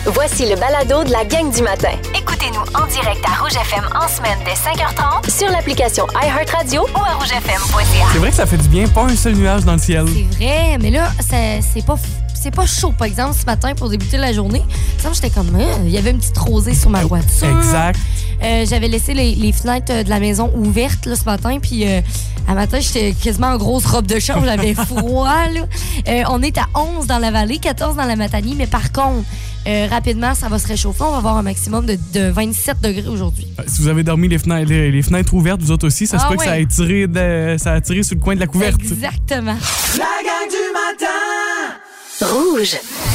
Voici le balado de la gang du matin. Écoutez-nous en direct à Rouge FM en semaine dès 5h30 Sur l'application iHeartRadio ou à rougefm.ca. C'est vrai que ça fait du bien, pas un seul nuage dans le ciel. C'est vrai, mais là, c'est pas chaud, par exemple, ce matin pour débuter la journée. Ça, j'étais comme, il y avait une petite rosée sur ma voiture. Exact. J'avais laissé les fenêtres de la maison ouvertes là, ce matin, puis à matin, j'étais quasiment en grosse robe de chambre, j'avais froid. Là. On est à 11 dans la vallée, 14 dans la Matanie, mais par contre, rapidement, ça va se réchauffer. On va avoir un maximum de 27 degrés aujourd'hui. Si vous avez dormi les fenêtres ouvertes, vous autres aussi, ça se peut que ouais. ça a tiré sur le coin de la couverte. Exactement. La gang du matin! Rouge.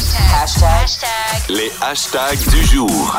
Les hashtags du jour.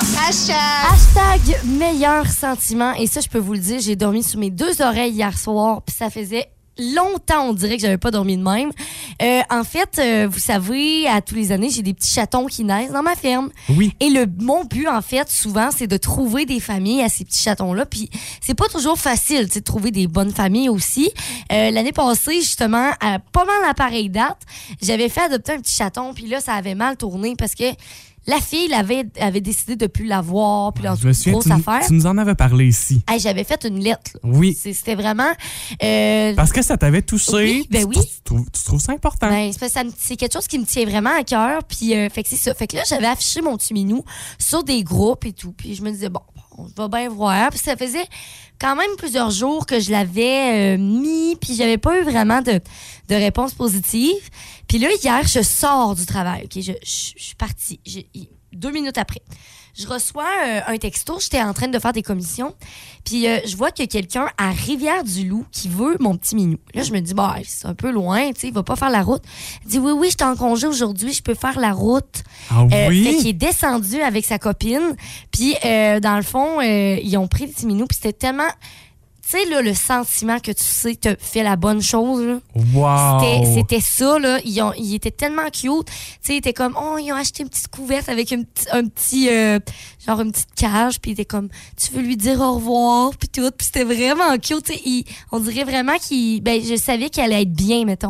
Hashtag meilleur sentiment. Et ça, je peux vous le dire, j'ai dormi sous mes deux oreilles hier soir, puis ça faisait longtemps, on dirait que j'avais pas dormi de même. En fait, vous savez, à tous les années, j'ai des petits chatons qui naissent dans ma ferme. Oui. Et mon but, en fait, souvent, c'est de trouver des familles à ces petits chatons-là. Puis c'est pas toujours facile, tu sais, de trouver des bonnes familles aussi. L'année passée, justement, à pas mal à pareille date, j'avais fait adopter un petit chaton. Puis là, ça avait mal tourné parce que la fille avait décidé de plus l'avoir, puis dans Je me souviens, grosse affaire. tu nous en avais parlé ici. Hey, j'avais fait une lettre. Là. Oui. C'était vraiment... Parce que ça t'avait touché. Oui, ben oui. Tu trouves ça important? Ben, c'est quelque chose qui me tient vraiment à cœur. Puis, fait que c'est ça. Fait que là, j'avais affiché mon petit minou sur des groupes et tout. Puis je me disais, bon, on va bien voir. Puis ça faisait quand même plusieurs jours que je l'avais mis. Puis j'avais pas eu vraiment de réponse positive. Puis là, hier, je sors du travail. OK? Je suis partie. 2 minutes après. Je reçois un texto. J'étais en train de faire des commissions. Puis je vois qu'il y a quelqu'un à Rivière-du-Loup qui veut mon petit minou. Là, je me dis, bah, c'est un peu loin, tu sais, il va pas faire la route. Il dit, oui, je suis en congé aujourd'hui, je peux faire la route. Ah oui? Fait qu'il est descendu avec sa copine. Puis, dans le fond, ils ont pris le petit minou. Puis c'était tellement... Tu sais, là, le sentiment que tu sais que tu as fait la bonne chose, là. Wow! C'était ça, là. Ils étaient tellement cute. Tu sais, ils étaient comme, ils ont acheté une petite couverte avec un petit genre une petite cage. Puis ils étaient comme, tu veux lui dire au revoir, puis tout. Puis c'était vraiment cute. Tu sais, on dirait vraiment je savais qu'elle allait être bien, mettons.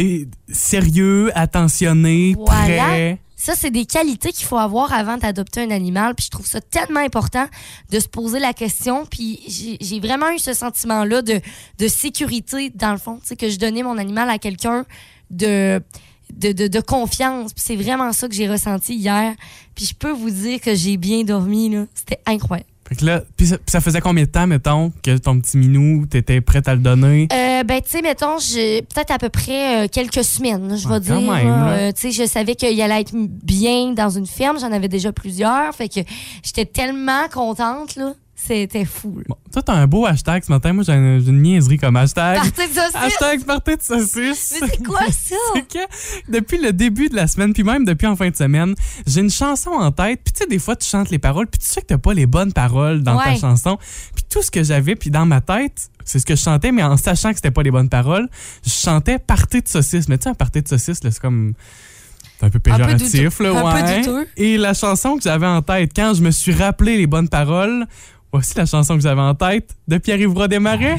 Sérieux, attentionné, Voilà. prêt. Ça, c'est des qualités qu'il faut avoir avant d'adopter un animal. Puis je trouve ça tellement important de se poser la question. Puis j'ai vraiment eu ce sentiment-là de sécurité, dans le fond. Tu sais, que je donnais mon animal à quelqu'un de confiance. Puis c'est vraiment ça que j'ai ressenti hier. Puis je peux vous dire que j'ai bien dormi, là. C'était incroyable. Fait que là, puis ça faisait combien de temps, mettons, que ton petit minou, t'étais prête à le donner? Tu sais, mettons, peut-être à peu près quelques semaines, là, je vais dire. Tu sais, je savais qu'il allait être bien dans une ferme. J'en avais déjà plusieurs. Fait que j'étais tellement contente, là. C'était fou. Bon, toi, t'as un beau hashtag ce matin. Moi, j'ai une niaiserie comme hashtag. Partez de saucisse! Hashtag partez de saucisse! Mais c'est quoi ça? C'est que depuis le début de la semaine, puis même depuis en fin de semaine, j'ai une chanson en tête. Puis tu sais, des fois, tu chantes les paroles, puis tu sais que t'as pas les bonnes paroles dans ta chanson. Puis tout ce que j'avais, puis dans ma tête, c'est ce que je chantais, mais en sachant que c'était pas les bonnes paroles, je chantais partez de saucisse. Mais tu sais, un partez de saucisse, là, c'est comme... C'est un peu péjoratif, là, ouais. Un peu douteux. Et la chanson que j'avais en tête, quand je me suis rappelé les bonnes paroles... Voici la chanson que j'avais en tête de Pierre-Yves Roy Desmarais.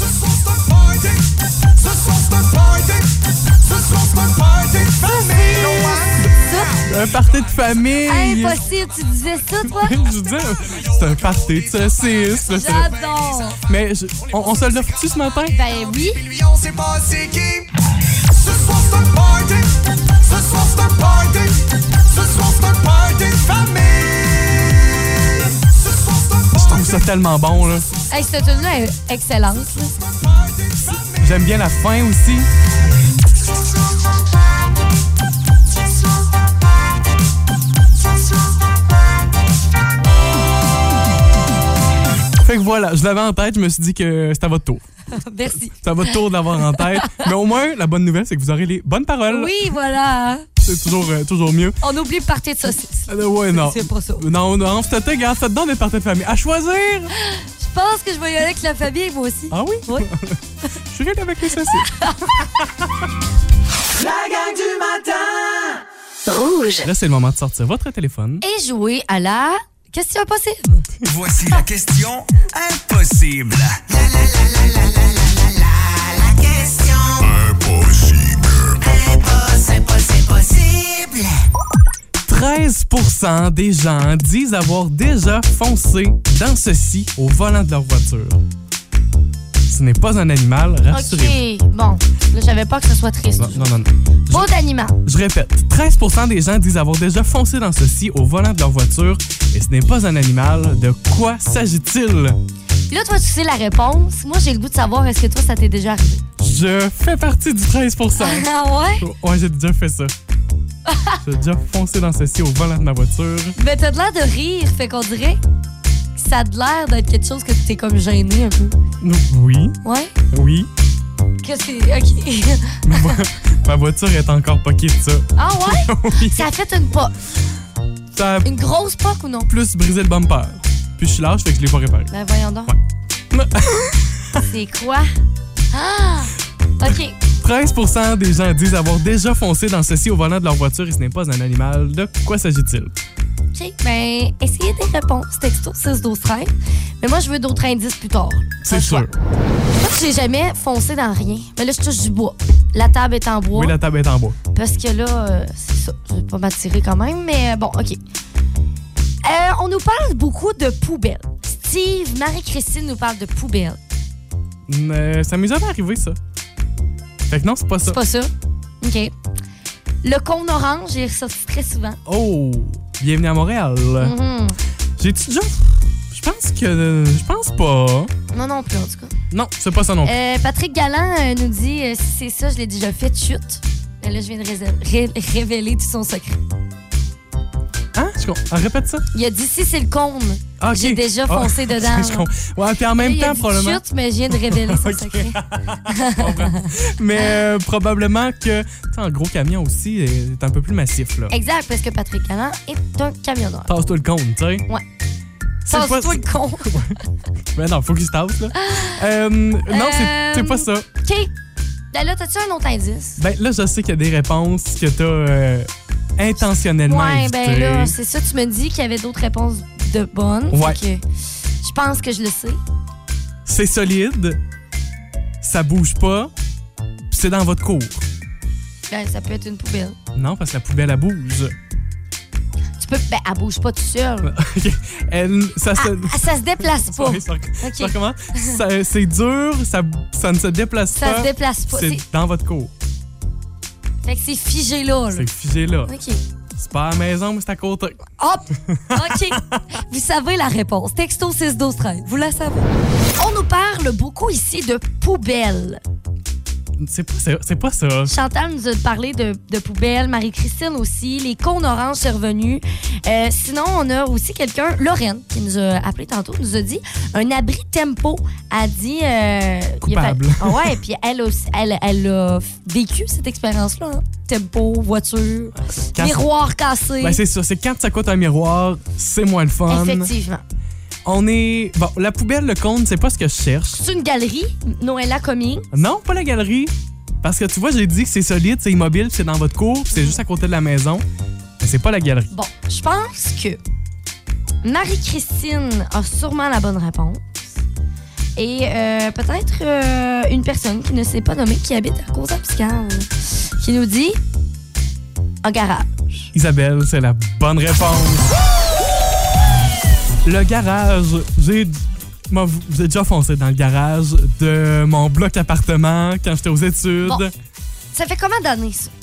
Un party de famille. Impossible, tu disais ça, toi? Je disais, c'est un party de saucisse. J'adore. Mais on se l'offre-tu ce matin? Ben oui. On sait pas c'est qui. Ce soir c'est un party. Ce soir c'est un party. Ce soir c'est un party de famille. Je trouve ça tellement bon, là. Hey, cette tune-là est excellente. Là. J'aime bien la fin aussi. Fait que voilà, je l'avais en tête, je me suis dit que c'était à votre tour. Merci. C'est à votre tour d'avoir en tête. Mais au moins, la bonne nouvelle, c'est que vous aurez les bonnes paroles. Oui, voilà. C'est toujours mieux. On oublie le party de saucisse. Ouais, non. C'est pas ça. Non, c'était regarde, ça te donne des parties de famille. À choisir! Je pense que je vais y aller avec la famille, moi aussi. Ah oui? Oui. Je suis rien avec les saucisses. La gang du matin. Rouge. Là, c'est le moment de sortir votre téléphone. Et jouer à la question impossible. Voici la question impossible. La question impossible. Impossible. 13 13% des gens disent avoir déjà foncé dans ceci au volant de leur voiture. Ce n'est pas un animal, rassurez-vous. OK, bon. Là, je savais pas que ce soit triste. Non. Pas d'animal. Je répète, 13% des gens disent avoir déjà foncé dans ceci au volant de leur voiture et ce n'est pas un animal. De quoi s'agit-il? Puis là, toi, tu sais la réponse. Moi, j'ai le goût de savoir, est-ce que toi, ça t'est déjà arrivé? Je fais partie du 13%. Ah ouais? Ouais, j'ai déjà fait ça. J'ai déjà foncé dans ceci au volant de ma voiture. Mais t'as de l'air de rire, fait qu'on dirait que ça a de l'air d'être quelque chose que t'es comme gêné un peu. Oui. Ouais? Oui. Que c'est... OK. Ma voiture est encore poquée de ça. Ah ouais? Oui. Ça a fait une poque. Ça a Une grosse poque ou non? plus brisé le bumper. Puis je suis lâche, fait que je l'ai pas réparé. Ben voyons donc. Ouais. C'est quoi? Ah! OK. 13% des gens disent avoir déjà foncé dans ceci au volant de leur voiture et ce n'est pas un animal. De quoi s'agit-il? OK. Ben, essayez des réponses. Texto 6-12-13. Mais moi, je veux d'autres indices plus tard. C'est sûr. Moi, j'ai jamais foncé dans rien. Mais là, je touche du bois. La table est en bois. Oui, la table est en bois. Parce que là, c'est ça. Je vais pas m'attirer quand même, mais bon, OK. On nous parle beaucoup de poubelles. Steve, Marie-Christine nous parle de poubelles. Mais ça m'est jamais arrivé, ça. Fait que non, c'est pas ça. C'est pas ça? OK. Le cône orange, j'ai ressorti très souvent. Oh! Bienvenue à Montréal. Mhm. J'ai-tu déjà... Je pense pas. Non, non plus, en tout cas. Non, c'est pas ça non plus. Patrick Galland nous dit si c'est ça, je l'ai déjà fait, chute. Mais là, je viens de révéler tout son secret. Hein? Répète ça. Il a dit si c'est le cône. Ah, ok. J'ai déjà foncé dedans. Je comprends. Ouais, puis en même Là, il a temps, dit probablement. chute, mais je viens de révéler son Ok. secret. Mais probablement que, tu sais, un gros camion aussi est un peu plus massif, là. Exact, parce que Patrick Galland est un camionneur. Tasse-toi le compte, tu sais. Ouais. C'est pas- Passe-toi le con. Mais non, faut qu'il se tasse, là. Non, c'est pas ça. OK. Ben là, t'as-tu un autre indice? Ben là, je sais qu'il y a des réponses que t'as intentionnellement Ouais, évitées. ben là, c'est ça. Tu me dis qu'il y avait d'autres réponses de bonnes. Ouais. Fait que je pense que je le sais. C'est solide, ça bouge pas, puis c'est dans votre cour. Ben, ça peut être une poubelle. Non, parce que la poubelle, elle bouge. Tu peux... Ben, elle bouge pas tout seul. OK. Ça se... Ça se déplace pas. Sorry, ça OK. recommence. C'est dur, ça ne se déplace pas. Ça se déplace pas. C'est dans votre cour. Fait que c'est figé là. C'est figé là. OK. C'est pas à la maison, mais c'est à côté. Hop! OK. Vous savez la réponse. Texto 6-12-13. Vous la savez. On nous parle beaucoup ici de poubelles. C'est pas ça. Chantal nous a parlé de poubelles. Marie-Christine aussi. Les cônes oranges, c'est revenu. Sinon, on a aussi quelqu'un, Lorraine, qui nous a appelé tantôt, nous a dit un abri Tempo. A dit... Coupable. Ouais, puis elle a vécu cette expérience-là. Hein. Tempo, voiture, Quand- miroir cassé. Ben c'est ça. C'est quand ça coûte un miroir, c'est moins le fun. Effectivement. On est... Bon, la poubelle, le compte, c'est pas ce que je cherche. C'est une galerie, Noëlla Coming. Non, pas la galerie. Parce que tu vois, j'ai dit que c'est solide, c'est immobile, puis c'est dans votre cour, puis c'est juste à côté de la maison. Mais c'est pas la galerie. Bon, je pense que Marie-Christine a sûrement la bonne réponse. Et peut-être une personne qui ne s'est pas nommée, qui habite à Causa-Piscale, qui nous dit un garage. Isabelle, c'est la bonne réponse. Le garage, j'ai déjà foncé dans le garage de mon bloc appartement quand j'étais aux études. Bon. Ça fait combien d'années, ça?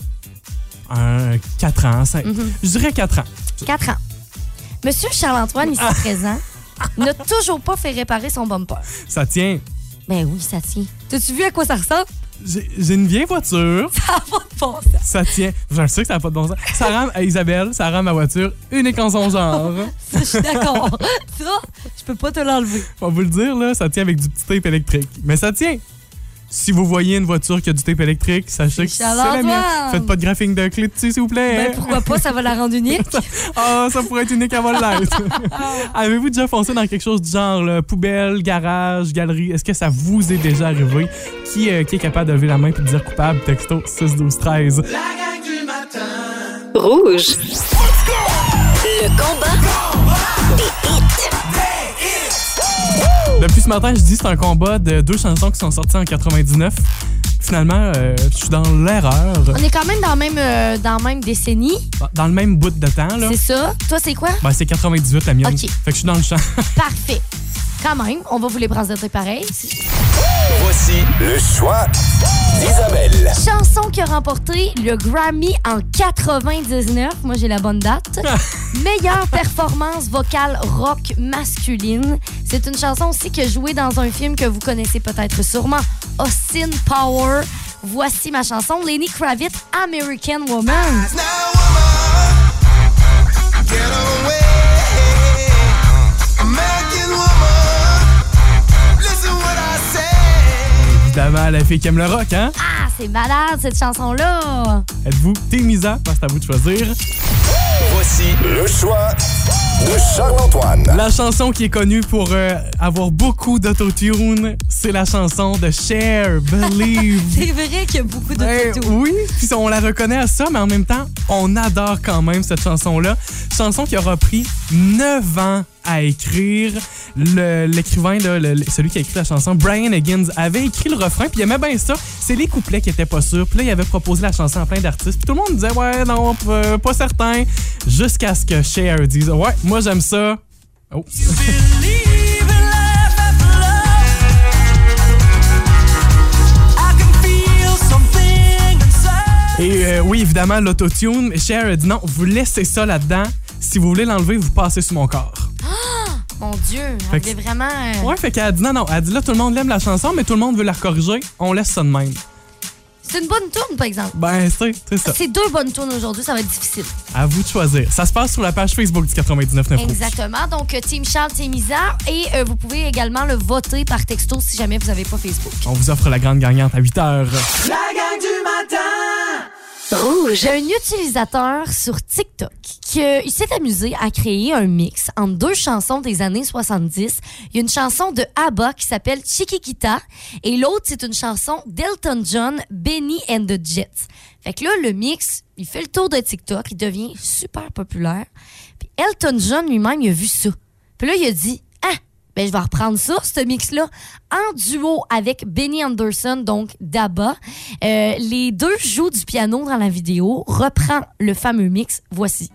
4 ans, 5. Je dirais 4 ans. 4 ans. Monsieur Charles-Antoine, ici présent, n'a toujours pas fait réparer son bumper. Ça tient. Ben oui, ça tient. T'as-tu vu à quoi ça ressemble? J'ai une vieille voiture. Ça n'a pas de bon sens. Ça tient. Je sais que ça n'a pas de bon sens. Ça rend à Isabelle, ça rend ma voiture unique en son genre. Ça, je suis d'accord. Ça, je peux pas te l'enlever. On va vous le dire, là, ça tient avec du petit tape électrique. Mais ça tient. Si vous voyez une voiture qui a du tape électrique, sachez que c'est la Charles-Antoine. mienne. Faites pas de graphique de clé dessus, s'il vous plaît. Ben pourquoi pas, ça va la rendre unique. Ah, ça pourrait être unique avant l'être. Avez-vous déjà foncé dans quelque chose du genre là, poubelle, garage, galerie? Est-ce que ça vous est déjà arrivé? Qui est capable de lever la main et de dire coupable? Texto 6-12-13. Rouge. Le combat des hits. Depuis ce matin, je dis que c'est un combat de 2 chansons qui sont sorties en 99. finalement, je suis dans l'erreur. On est quand même dans la même décennie. Dans le même bout de temps, là. C'est ça. Toi, c'est quoi? Ben, c'est 98 la mienne. OK. Fait que je suis dans le champ. Parfait. Quand même, on va vous les présenter pareil. Voici le choix d'Isabelle. Chanson qui a remporté le Grammy en 99. Moi, j'ai la bonne date. Meilleure performance vocale rock masculine. C'est une chanson aussi qui a joué dans un film que vous connaissez peut-être sûrement, Austin Power. Voici ma chanson, Lenny Kravitz, American Woman. Now, woman, get away. American woman, listen what I say. Évidemment, la fille qui aime le rock, hein? Ah, c'est malade, cette chanson-là. Êtes-vous Témisa? C'est à vous de choisir. Voici le choix de Charles-Antoine. La chanson qui est connue pour avoir beaucoup d'autotune, c'est la chanson de Cher, Believe. C'est vrai qu'il y a beaucoup de photos. Oui, puis on la reconnaît à ça, mais en même temps, on adore quand même cette chanson-là. Chanson qui aura pris 9 ans à écrire. L'écrivain, là, celui qui a écrit la chanson, Brian Higgins, avait écrit le refrain, puis il aimait bien ça. C'est les couplets qui étaient pas sûrs. Puis là, il avait proposé la chanson à plein d'artistes. Puis tout le monde disait, ouais, non, pas certain. Jusqu'à ce que Cher dise, ouais, moi j'aime ça. Oh. Et oui, évidemment, l'autotune. Cher a dit non, vous laissez ça là-dedans. Si vous voulez l'enlever, vous passez sur mon corps. Mon Dieu, elle est vraiment... Ouais, fait qu'elle a dit non. Elle a dit là, tout le monde aime la chanson, mais tout le monde veut la corriger. On laisse ça de même. C'est une bonne tourne, par exemple. Ben, c'est ça. C'est 2 bonnes tournes aujourd'hui, ça va être difficile. À vous de choisir. Ça se passe sur la page Facebook du 99.9 Rouge. Exactement. Donc, Team Charles, Team Isa. Et vous pouvez également le voter par texto si jamais vous n'avez pas Facebook. On vous offre la grande gagnante à 8h. La gang du matin. Rouge. Un utilisateur sur TikTok qui il s'est amusé à créer un mix entre 2 chansons des années 70. Il y a une chanson de ABBA qui s'appelle Chiquita et l'autre, c'est une chanson d'Elton John, Benny and the Jets. Fait que là, le mix, il fait le tour de TikTok, il devient super populaire. Puis Elton John lui-même, il a vu ça. Puis là, il a dit « Ah! Ben, je vais reprendre ça, ce mix-là, en duo avec Benny Anderson, donc d'ABBA. Les deux jouent du piano dans la vidéo, reprend le fameux mix. Voici.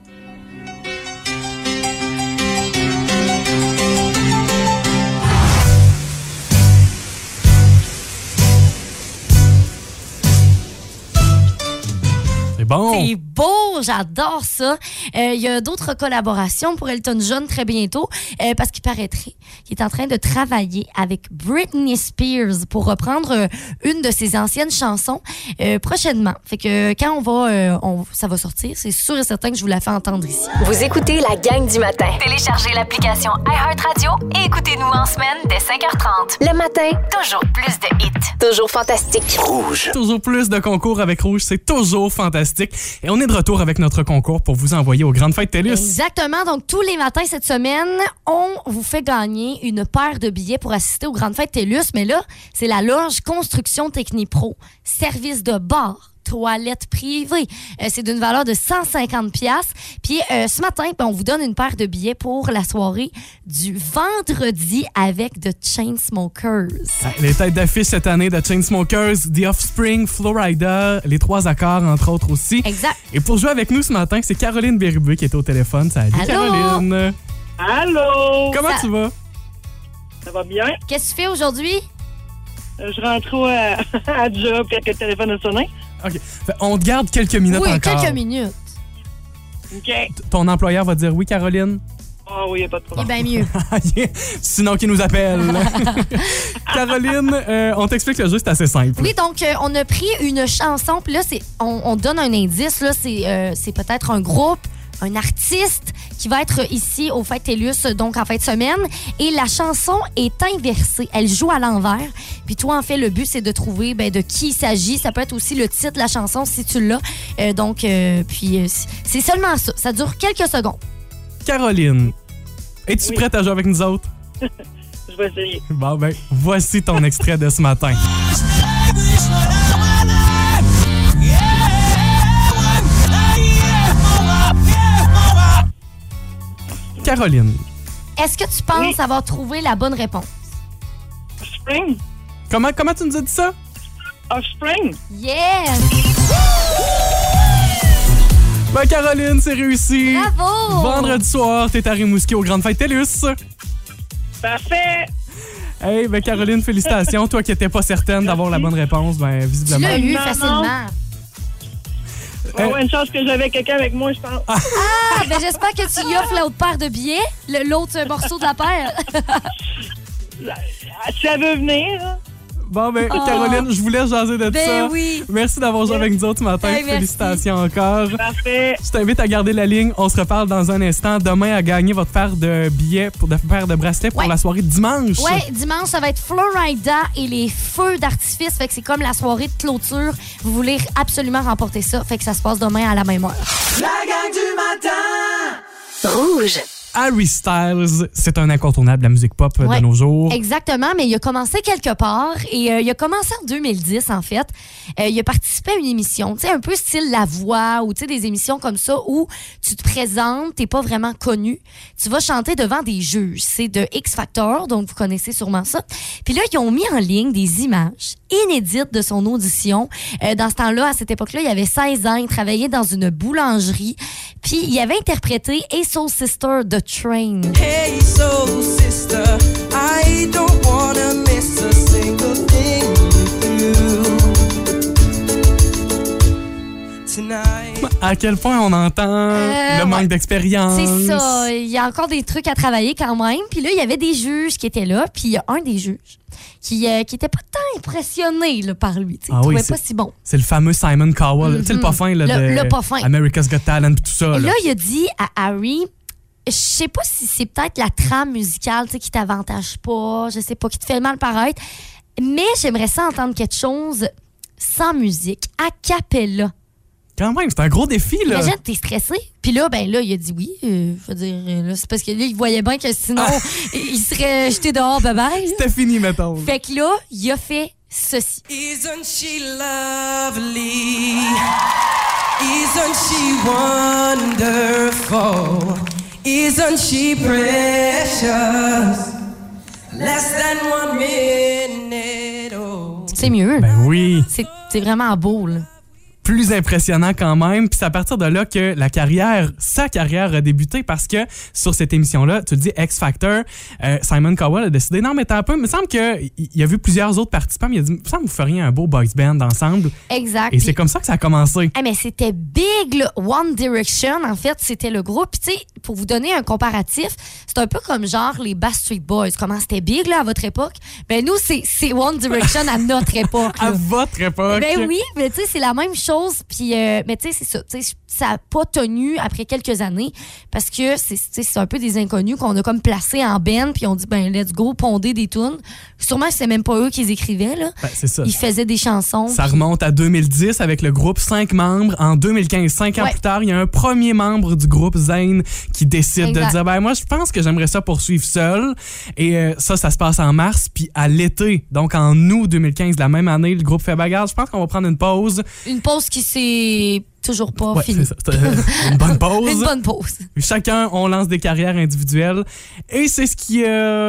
C'est bon. C'est beau, j'adore ça. Il y a d'autres collaborations pour Elton John très bientôt parce qu'il paraîtrait qu'il est en train de travailler avec Britney Spears pour reprendre une de ses anciennes chansons prochainement. Fait que quand ça va sortir, c'est sûr et certain que je vous la fais entendre ici. Vous écoutez la gang du matin. Téléchargez l'application iHeartRadio et écoutez-nous en semaine dès 5h30. Le matin, Toujours plus de hits. toujours fantastique. Rouge. Toujours plus de concours avec Rouge, c'est toujours fantastique. Et on est de retour avec notre concours pour vous envoyer aux Grandes Fêtes TELUS. Exactement. Donc, tous les matins cette semaine, on vous fait gagner une paire de billets pour assister aux Grandes Fêtes TELUS. Mais là, c'est la loge Construction Technipro. Service de bar. Toilette privée. C'est d'une valeur de 150$. Puis ce matin, on vous donne une paire de billets pour la soirée du vendredi avec The Chainsmokers. Les têtes d'affiche cette année de Chainsmokers, The Offspring, Florida, les 3 accords, entre autres aussi. Exact. Et pour jouer avec nous ce matin, c'est Caroline Bérubé qui est au téléphone. Salut, Allô? Caroline. Allô? Comment tu vas? Ça va bien? Qu'est-ce que tu fais aujourd'hui? Je rentre à job quand le téléphone a sonné. OK. Fait, on te garde quelques minutes Oui, encore. quelques minutes. OK. Ton employeur va dire oui, Caroline? Ah oui, il n'y a pas de Eh problème. bien mieux. Sinon, qu'il nous appelle. Caroline, on t'explique le jeu, c'est assez simple. Oui, donc on a pris une chanson, puis là, on donne un indice. Là, c'est peut-être un groupe, un artiste qui va être ici au Fêtes TELUS, donc en fin de semaine. Et la chanson est inversée. Elle joue à l'envers. Puis toi, en fait, le but, c'est de trouver de qui il s'agit. Ça peut être aussi le titre de la chanson si tu l'as. C'est seulement ça. Ça dure quelques secondes. Caroline, es-tu Oui. prête à jouer avec nous autres? Je vais essayer. Bon, ben, voici ton extrait de ce matin. Caroline, Est-ce que tu penses Oui. avoir trouvé la bonne réponse? Spring? comment tu nous as dit ça? Offspring. Yes! Ben, Caroline, c'est réussi. Bravo! Vendredi soir, t'es à Rimouski aux Grandes Fêtes TELUS. Parfait. Hey, ben Caroline, félicitations. Toi qui n'étais pas certaine d'avoir la bonne réponse, ben Tu visiblement. l'as eu Non, facilement. Ouais, une chance que j'avais quelqu'un avec moi, je pense. Ah, ben j'espère que tu y offres l'autre paire de billets, l'autre morceau de la paire. Si elle veut venir, hein. Bon, ben, Caroline, je vous laisse jaser de Ben ça. oui. Merci d'avoir joué avec nous autres ce matin. Hey, merci. Félicitations encore. Parfait. Je t'invite à garder la ligne. On se reparle dans un instant. Demain, à gagner votre paire de billets, paire de bracelets pour Ouais. la soirée de dimanche. Ouais, dimanche, ça va être Florida et les feux d'artifice. Fait que c'est comme la soirée de clôture. Vous voulez absolument remporter ça. Fait que ça se passe demain à la même heure. La gang du matin. Rouge. Harry Styles, c'est un incontournable de la musique pop Ouais. de nos jours. Exactement, mais il a commencé quelque part et il a commencé en 2010 en fait. Il a participé à une émission, tu sais, un peu style La Voix ou tu sais des émissions comme ça où tu te présentes, t'es pas vraiment connu, tu vas chanter devant des juges. C'est de X Factor, donc vous connaissez sûrement ça. Puis là, ils ont mis en ligne des images inédites de son audition. Dans ce temps-là, à cette époque-là, il avait 16 ans, il travaillait dans une boulangerie, puis il avait interprété Hey Soul Sister de Train. Hey, soul sister, I don't wanna miss a single thing with you tonight. À quel point on entend le manque ouais. d'expérience. C'est ça. Il y a encore des trucs à travailler quand même. Puis là, il y avait des juges qui étaient là. Puis il y a un des juges qui était pas tant impressionné là, par lui. Il trouvait pas si bon. C'est le fameux Simon Cowell. Tu sais, le pas fin là, Le pas fin. America's Got Talent et tout ça. Et là, il a dit à Harry, je sais pas si c'est peut-être la trame musicale qui t'avantage pas, je sais pas, qui te fait mal paraître, mais j'aimerais ça entendre quelque chose sans musique, a cappella. Quand même, c'est un gros défi, là. Imagine, t'es stressé. Puis là, ben là, il a dit oui. Je veux dire, là, c'est parce que là, il voyait bien que sinon, il serait jeté dehors, bye-bye. C'était fini, mettons. Fait que là, il a fait ceci. Isn't she lovely? Isn't she wonderful? Isn't she precious? Less than 1 minute old. C'est mieux. Ben oui. C'est vraiment beau, là. Plus impressionnant quand même. Puis c'est à partir de là que sa carrière a débuté parce que sur cette émission-là, tu le dis, X Factor, Simon Cowell a décidé, non, mais t'as un peu, il me semble qu'il a vu plusieurs autres participants, mais il a dit, il me semble que vous feriez un beau boys band ensemble. Exact. Et c'est comme ça que ça a commencé. Ah, mais c'était big, là. One Direction, en fait, c'était le groupe. Puis, tu sais, pour vous donner un comparatif, c'est un peu comme genre les Backstreet Boys. Comment c'était big, là, à votre époque? Ben, nous, c'est One Direction à notre époque. À là. votre époque. Ben oui, mais tu sais, c'est la même chose. Puis, mais tu sais, c'est ça. Tu sais, ça n'a pas tenu après quelques années parce que c'est un peu des inconnus qu'on a comme placés en band. Puis, on dit, ben, let's go, ponder des tunes. Sûrement, c'est même pas eux qui les écrivaient, là. Ben, c'est ça. Ils faisaient des chansons. Ça puis- remonte à 2010 avec le groupe 5 membres. En 2015, 5 ans Ouais. plus tard, il y a un premier membre du groupe, Zayn, qui décide Exact. de dire ben moi je pense que j'aimerais ça poursuivre seul. Et ça se passe en mars, puis à l'été, donc en août 2015 de la même année, le groupe fait bagarre. Je pense qu'on va prendre une pause. Une pause qui s'est toujours pas Ouais, finie. c'est ça. Une bonne pause. Une bonne pause. Chacun, on lance des carrières individuelles. Et c'est ce qui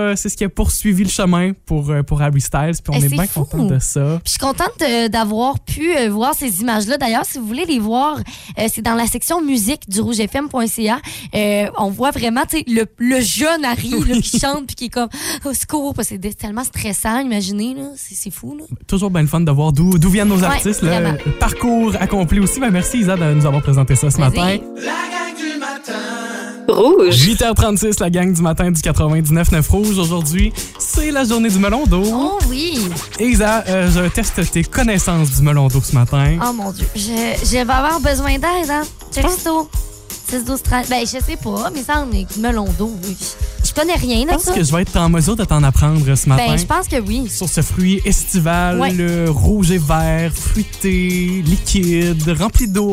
a poursuivi le chemin pour Harry Styles. Puis on Eh, est c'est bien fou. content de ça. Puis je suis contente d'avoir pu voir ces images-là. D'ailleurs, si vous voulez les voir, c'est dans la section musique du rougefm.ca. On voit vraiment tu sais, le jeune Harry là, qui chante puis qui est comme au secours. Parce que c'est tellement stressant, imaginez. Là. C'est fou. Là. Toujours bien le fun de voir d'où viennent nos Ouais, artistes. vraiment. Le parcours accompli aussi. Ben, merci Isa de nous avoir présenté ça ce Vas-y. matin. La gang du matin. Rouge. 8h36, la gang du matin du 99.9 Rouge. Aujourd'hui, c'est la journée du melon d'eau. Oh oui! Et Isa, je teste tes connaissances du melon d'eau ce matin. Oh mon Dieu. Je vais avoir besoin d'aide, hein? Texto. 6-12-30. Ben, je sais pas, mais ça, mais melon d'eau, oui. Je connais rien Je de pense ça. que je vais être en mesure de t'en apprendre ce matin. Ben, je pense que oui. Sur ce fruit estival, Ouais. rouge et vert, fruité, liquide, rempli d'eau.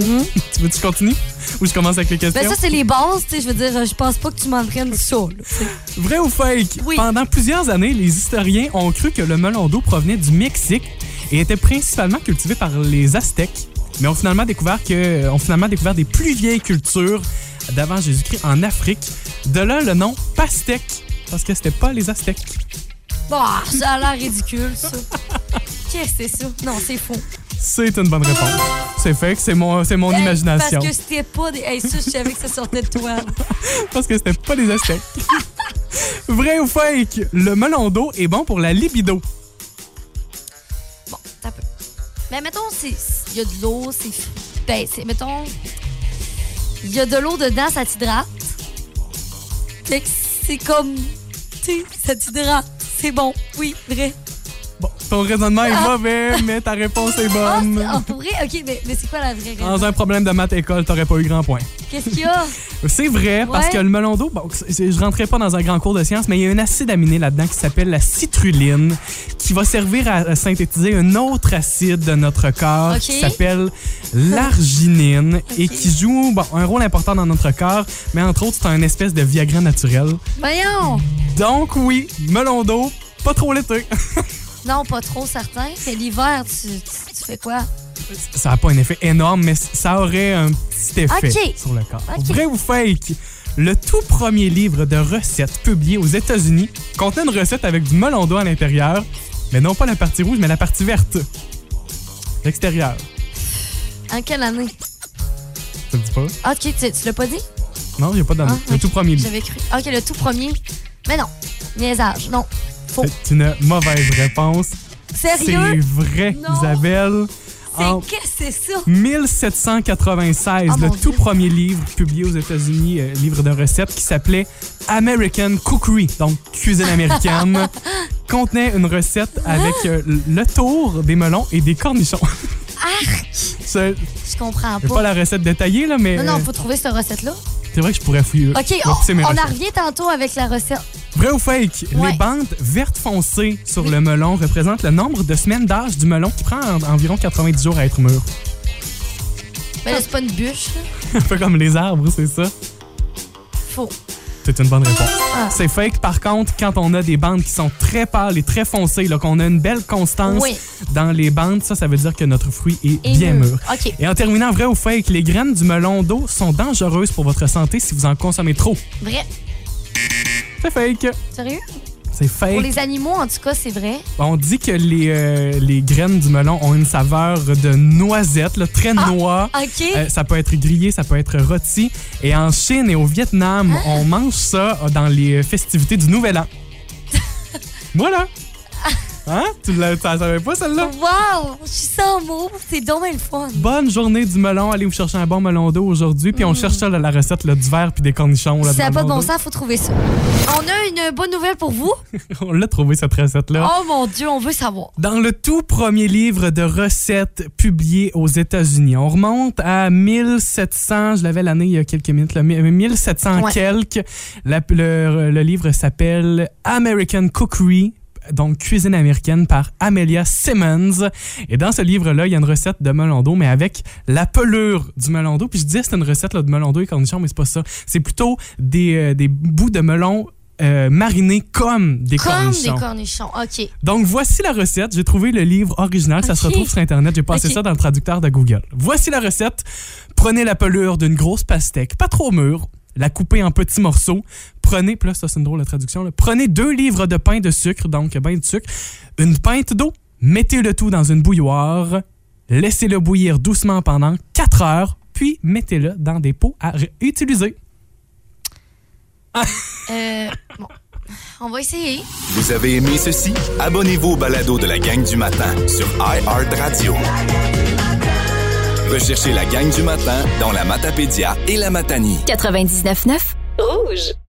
Tu veux que je continue? Ou je commence avec les questions? Ben, ça, c'est les bases, tu sais. Je veux dire, je pense pas que tu m'entraînes ça, là, tu sais. Vrai ou fake? Oui. Pendant plusieurs années, les historiens ont cru que le melon d'eau provenait du Mexique et était principalement cultivé par les Aztèques. Mais ont finalement découvert des plus vieilles cultures d'avant Jésus-Christ en Afrique. De là, le nom pastèque, parce que c'était pas les Aztèques. Bah, ça a l'air ridicule, ça. Qu'est-ce que c'est ça? Non, c'est faux. C'est une bonne réponse. C'est fake, c'est mon imagination. Parce que c'était pas des... Hey, ça, je savais que ça sortait de toi. Parce que c'était pas des Aztèques. Vrai ou fake? Le melon d'eau est bon pour la libido. Bon, t'as peu. Mais mettons, il y a de l'eau, mettons, il y a de l'eau dedans, ça t'hydrate. Fait que c'est comme, tu sais, ça t'hydrate. C'est bon, oui, vrai. Bon, ton raisonnement est mauvais, mais ta réponse est bonne. Pour vrai? OK, mais c'est quoi la vraie raison? Dans un problème de maths école, t'aurais pas eu grand point. Qu'est-ce qu'il y a? C'est vrai, parce que le melon d'eau, bon, je rentrais pas dans un grand cours de sciences, mais il y a un acide aminé là-dedans qui s'appelle la citrulline, qui va servir à synthétiser un autre acide de notre corps qui s'appelle l'arginine et qui joue un rôle important dans notre corps, mais entre autres, c'est un espèce de Viagra naturel. Voyons! Donc oui, melon d'eau, pas trop l'été. Non, pas trop certain. C'est l'hiver, tu fais quoi? Ça n'a pas un effet énorme, mais ça aurait un petit effet sur le corps. Vrai ou fake? Le tout premier livre de recettes publié aux États-Unis contenait une recette avec du melon d'eau à l'intérieur, mais non pas la partie rouge, mais la partie verte. L'extérieur. En quelle année? Ça te dit pas? OK, tu l'as pas dit? Non, il n'y a pas d'année. Le tout premier livre. J'avais cru. OK, le tout premier. Mais non, niaisage, non. Faux. C'est une mauvaise réponse. Sérieux? C'est vrai, non. Isabelle. Qu'est-ce que c'est ça? 1796, le tout premier livre publié aux États-Unis, livre de recettes qui s'appelait American Cookery, donc cuisine américaine, contenait une recette avec le tour des melons et des cornichons. Arc! Je comprends pas. C'est pas la recette détaillée, là, mais... Non, faut trouver cette recette-là. C'est vrai que je pourrais fouiller. OK, on en revient tantôt avec la recette. Vrai ou fake? Ouais. Les bandes vertes foncées sur le melon représentent le nombre de semaines d'âge du melon qui prend environ 90 jours à être mûr. Mais là, c'est pas une bûche, là. Un peu comme les arbres, c'est ça? Faux. C'est une bonne réponse. C'est fake, par contre, quand on a des bandes qui sont très pâles et très foncées, là, qu'on a une belle constance dans les bandes, ça veut dire que notre fruit est bien mûr. Okay. Et en terminant, vrai ou fake, les graines du melon d'eau sont dangereuses pour votre santé si vous en consommez trop. Vrai. C'est fake. Sérieux? C'est fake. Pour les animaux, en tout cas, c'est vrai. On dit que les graines du melon ont une saveur de noisette, là, très noix. OK. Ça peut être grillé, ça peut être rôti. Et en Chine et au Vietnam, on mange ça dans les festivités du Nouvel An. Voilà. Hein? Tu la savais pas, celle-là? Wow! Je suis sans mots. C'est dommage le fun. Bonne journée du melon. Allez vous chercher un bon melon d'eau aujourd'hui. Puis on cherche ça, la recette là, du verre puis des cornichons. Là, si ça n'a pas de bon sens, il faut trouver ça. On a une bonne nouvelle pour vous. On l'a trouvé, cette recette-là. Oh mon Dieu, on veut savoir. Dans le tout premier livre de recettes publié aux États-Unis, on remonte à 1700, je l'avais l'année il y a quelques minutes, là, 1700 quelques. Le livre s'appelle American Cookery, donc cuisine américaine, par Amelia Simmons. Et dans ce livre-là, il y a une recette de melon d'eau, mais avec la pelure du melon d'eau. Puis je disais c'est une recette là, de melon d'eau et cornichons, mais c'est pas ça. C'est plutôt des bouts de melon marinés comme des cornichons. Comme des cornichons, OK. Donc voici la recette. J'ai trouvé le livre original. Ça se retrouve sur Internet. J'ai passé ça dans le traducteur de Google. Voici la recette. Prenez la pelure d'une grosse pastèque, pas trop mûre. La coupez en petits morceaux. Prenez, puis là, ça c'est une drôle de traduction, là. Prenez 2 livres de pain de sucre, donc bain de sucre, une pinte d'eau, mettez le tout dans une bouilloire, laissez-le bouillir doucement pendant 4 heures, puis mettez-le dans des pots à réutiliser. Bon, on va essayer. Vous avez aimé ceci? Abonnez-vous au balado de la gang du matin sur iHeartRadio. Recherchez la gang du matin dans la Matapédia et la Matanie. 99.9 Rouge.